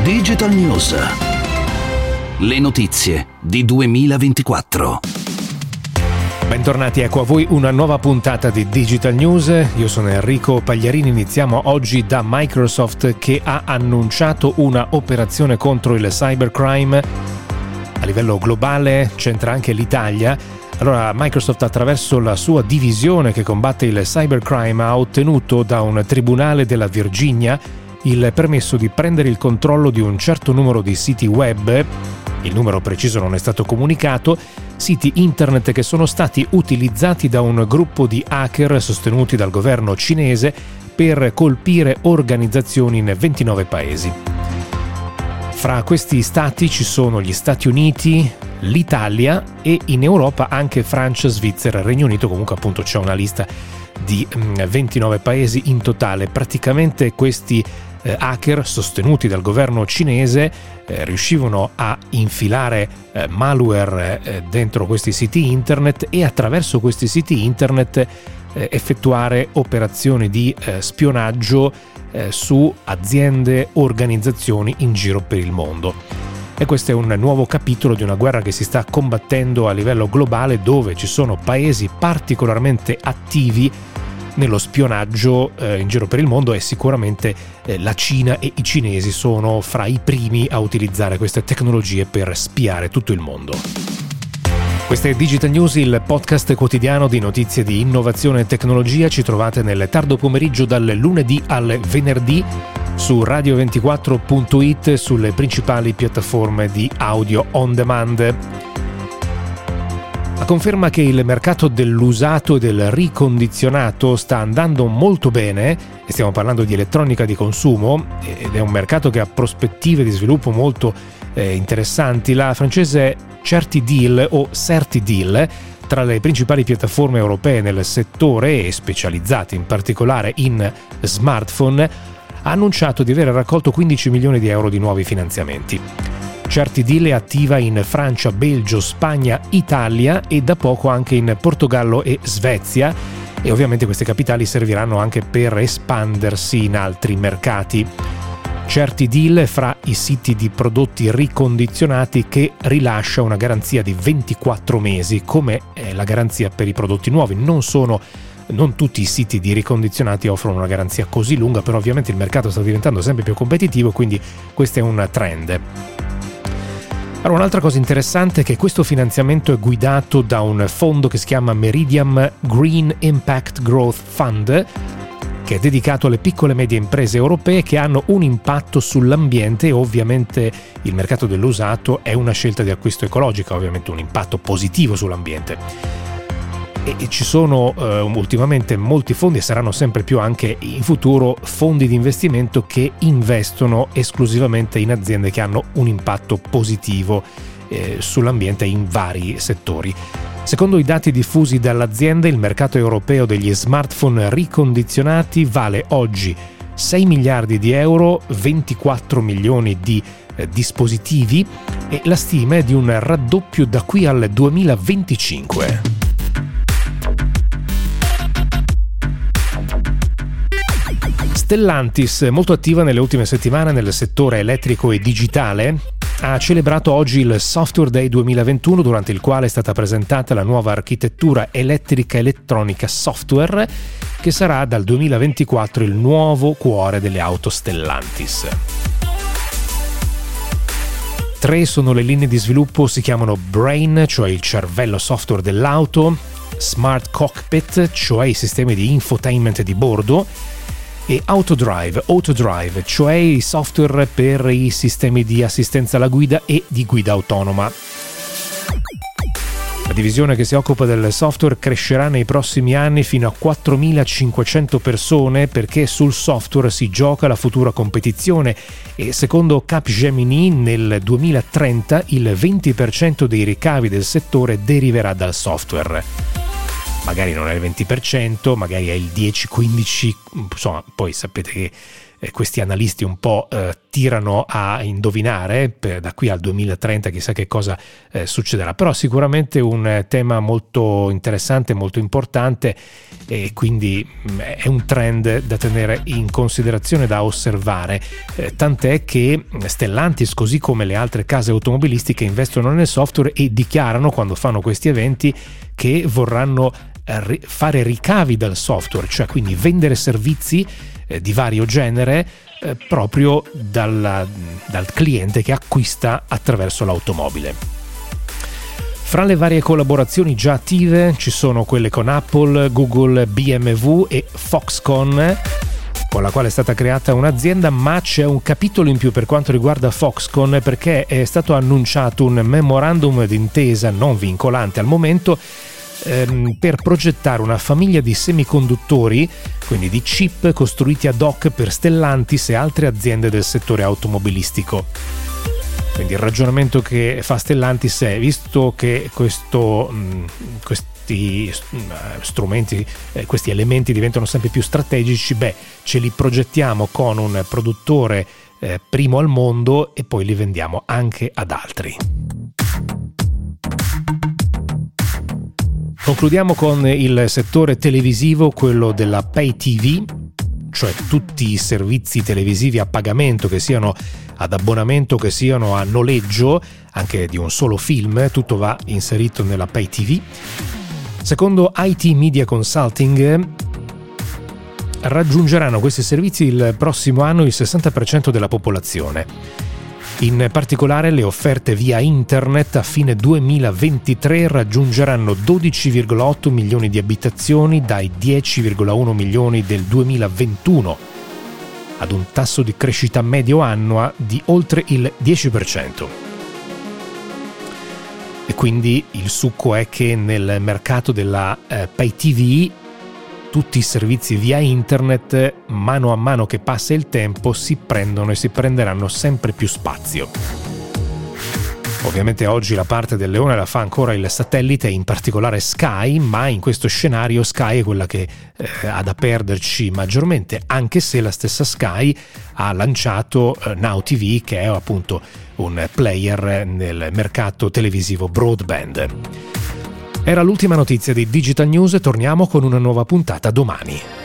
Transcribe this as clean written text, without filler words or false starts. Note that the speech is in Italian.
Digital News. Le notizie di 2024. Bentornati, ecco a voi una nuova puntata di Digital News. Io sono Enrico Pagliarini. Iniziamo oggi da Microsoft, che ha annunciato una operazione contro il cybercrime a livello globale, c'entra anche l'Italia. Allora, Microsoft, attraverso la sua divisione che combatte il cybercrime, ha ottenuto da un tribunale della Virginia il permesso di prendere il controllo di un certo numero di siti web. Il numero preciso non è stato comunicato, siti internet che sono stati utilizzati da un gruppo di hacker sostenuti dal governo cinese per colpire organizzazioni in 29 paesi. Fra questi stati ci sono gli Stati Uniti, l'Italia e in Europa anche Francia, Svizzera, Regno Unito. Comunque appunto c'è una lista di 29 paesi in totale. Praticamente questi hacker sostenuti dal governo cinese riuscivano a infilare malware dentro questi siti internet e attraverso questi siti internet effettuare operazioni di spionaggio su aziende, organizzazioni in giro per il mondo. E questo è un nuovo capitolo di una guerra che si sta combattendo a livello globale, dove ci sono paesi particolarmente attivi nello spionaggio in giro per il mondo, e sicuramente la Cina e i cinesi sono fra i primi a utilizzare queste tecnologie per spiare tutto il mondo. Questa è Digital News, il podcast quotidiano di notizie di innovazione e tecnologia. Ci trovate nel tardo pomeriggio dal lunedì al venerdì su radio24.it, sulle principali piattaforme di audio on demand. A conferma che il mercato dell'usato e del ricondizionato sta andando molto bene, e stiamo parlando di elettronica di consumo, ed è un mercato che ha prospettive di sviluppo molto interessanti, la francese CertiDeal o CertiDeal, tra le principali piattaforme europee nel settore e specializzate in particolare in smartphone, ha annunciato di aver raccolto 15 milioni di euro di nuovi finanziamenti. CertiDeal è attiva in Francia, Belgio, Spagna, Italia e da poco anche in Portogallo e Svezia, e ovviamente questi capitali serviranno anche per espandersi in altri mercati. CertiDeal è fra i siti di prodotti ricondizionati che rilascia una garanzia di 24 mesi, come è la garanzia per i prodotti nuovi. Non tutti i siti di ricondizionati offrono una garanzia così lunga, però ovviamente il mercato sta diventando sempre più competitivo, quindi questo è un trend. Allora, un'altra cosa interessante è che questo finanziamento è guidato da un fondo che si chiama Meridian Green Impact Growth Fund, che è dedicato alle piccole e medie imprese europee che hanno un impatto sull'ambiente, e ovviamente il mercato dell'usato è una scelta di acquisto ecologica, ovviamente un impatto positivo sull'ambiente. E ci sono ultimamente molti fondi, e saranno sempre più anche in futuro, fondi di investimento che investono esclusivamente in aziende che hanno un impatto positivo sull'ambiente in vari settori. Secondo i dati diffusi dall'azienda, il mercato europeo degli smartphone ricondizionati vale oggi 6 miliardi di euro, 24 milioni di dispositivi, e la stima è di un raddoppio da qui al 2025. Stellantis, molto attiva nelle ultime settimane nel settore elettrico e digitale, ha celebrato oggi il Software Day 2021, durante il quale è stata presentata la nuova architettura elettrica elettronica software, che sarà dal 2024 il nuovo cuore delle auto Stellantis. 3 sono le linee di sviluppo, si chiamano Brain, cioè il cervello software dell'auto, Smart Cockpit, cioè i sistemi di infotainment di bordo, e Autodrive, cioè i software per i sistemi di assistenza alla guida e di guida autonoma. La divisione che si occupa del software crescerà nei prossimi anni fino a 4.500 persone, perché sul software si gioca la futura competizione, e secondo Capgemini nel 2030 il 20% dei ricavi del settore deriverà dal software. Magari non è il 20%, magari è il 10-15%, insomma, poi sapete che questi analisti un po' tirano a indovinare, da qui al 2030 chissà che cosa succederà, però sicuramente un tema molto interessante, molto importante, e quindi è un trend da tenere in considerazione, da osservare, tant'è che Stellantis, così come le altre case automobilistiche, investono nel software e dichiarano, quando fanno questi eventi, che vorranno fare ricavi dal software, cioè quindi vendere servizi di vario genere proprio dal cliente che acquista attraverso l'automobile. Fra le varie collaborazioni già attive ci sono quelle con Apple, Google, BMW e Foxconn, con la quale è stata creata un'azienda, ma c'è un capitolo in più per quanto riguarda Foxconn, perché è stato annunciato un memorandum d'intesa non vincolante al momento per progettare una famiglia di semiconduttori, quindi di chip costruiti ad hoc per Stellantis e altre aziende del settore automobilistico. Quindi il ragionamento che fa Stellantis è, visto che questi strumenti, questi elementi diventano sempre più strategici, ce li progettiamo con un produttore primo al mondo e poi li vendiamo anche ad altri. Concludiamo con il settore televisivo, quello della Pay TV, cioè tutti i servizi televisivi a pagamento, che siano ad abbonamento, che siano a noleggio, anche di un solo film, tutto va inserito nella Pay TV. Secondo IT Media Consulting, raggiungeranno questi servizi il prossimo anno il 60% della popolazione. In particolare le offerte via internet a fine 2023 raggiungeranno 12,8 milioni di abitazioni dai 10,1 milioni del 2021, ad un tasso di crescita medio annua di oltre il 10%. E quindi il succo è che nel mercato della Pay TV tutti i servizi via internet, mano a mano che passa il tempo, si prendono e si prenderanno sempre più spazio. Ovviamente oggi la parte del leone la fa ancora il satellite, in particolare Sky, ma in questo scenario Sky è quella che ha da perderci maggiormente, anche se la stessa Sky ha lanciato Now TV, che è appunto un player nel mercato televisivo broadband. Era l'ultima notizia di Digital News, torniamo con una nuova puntata domani.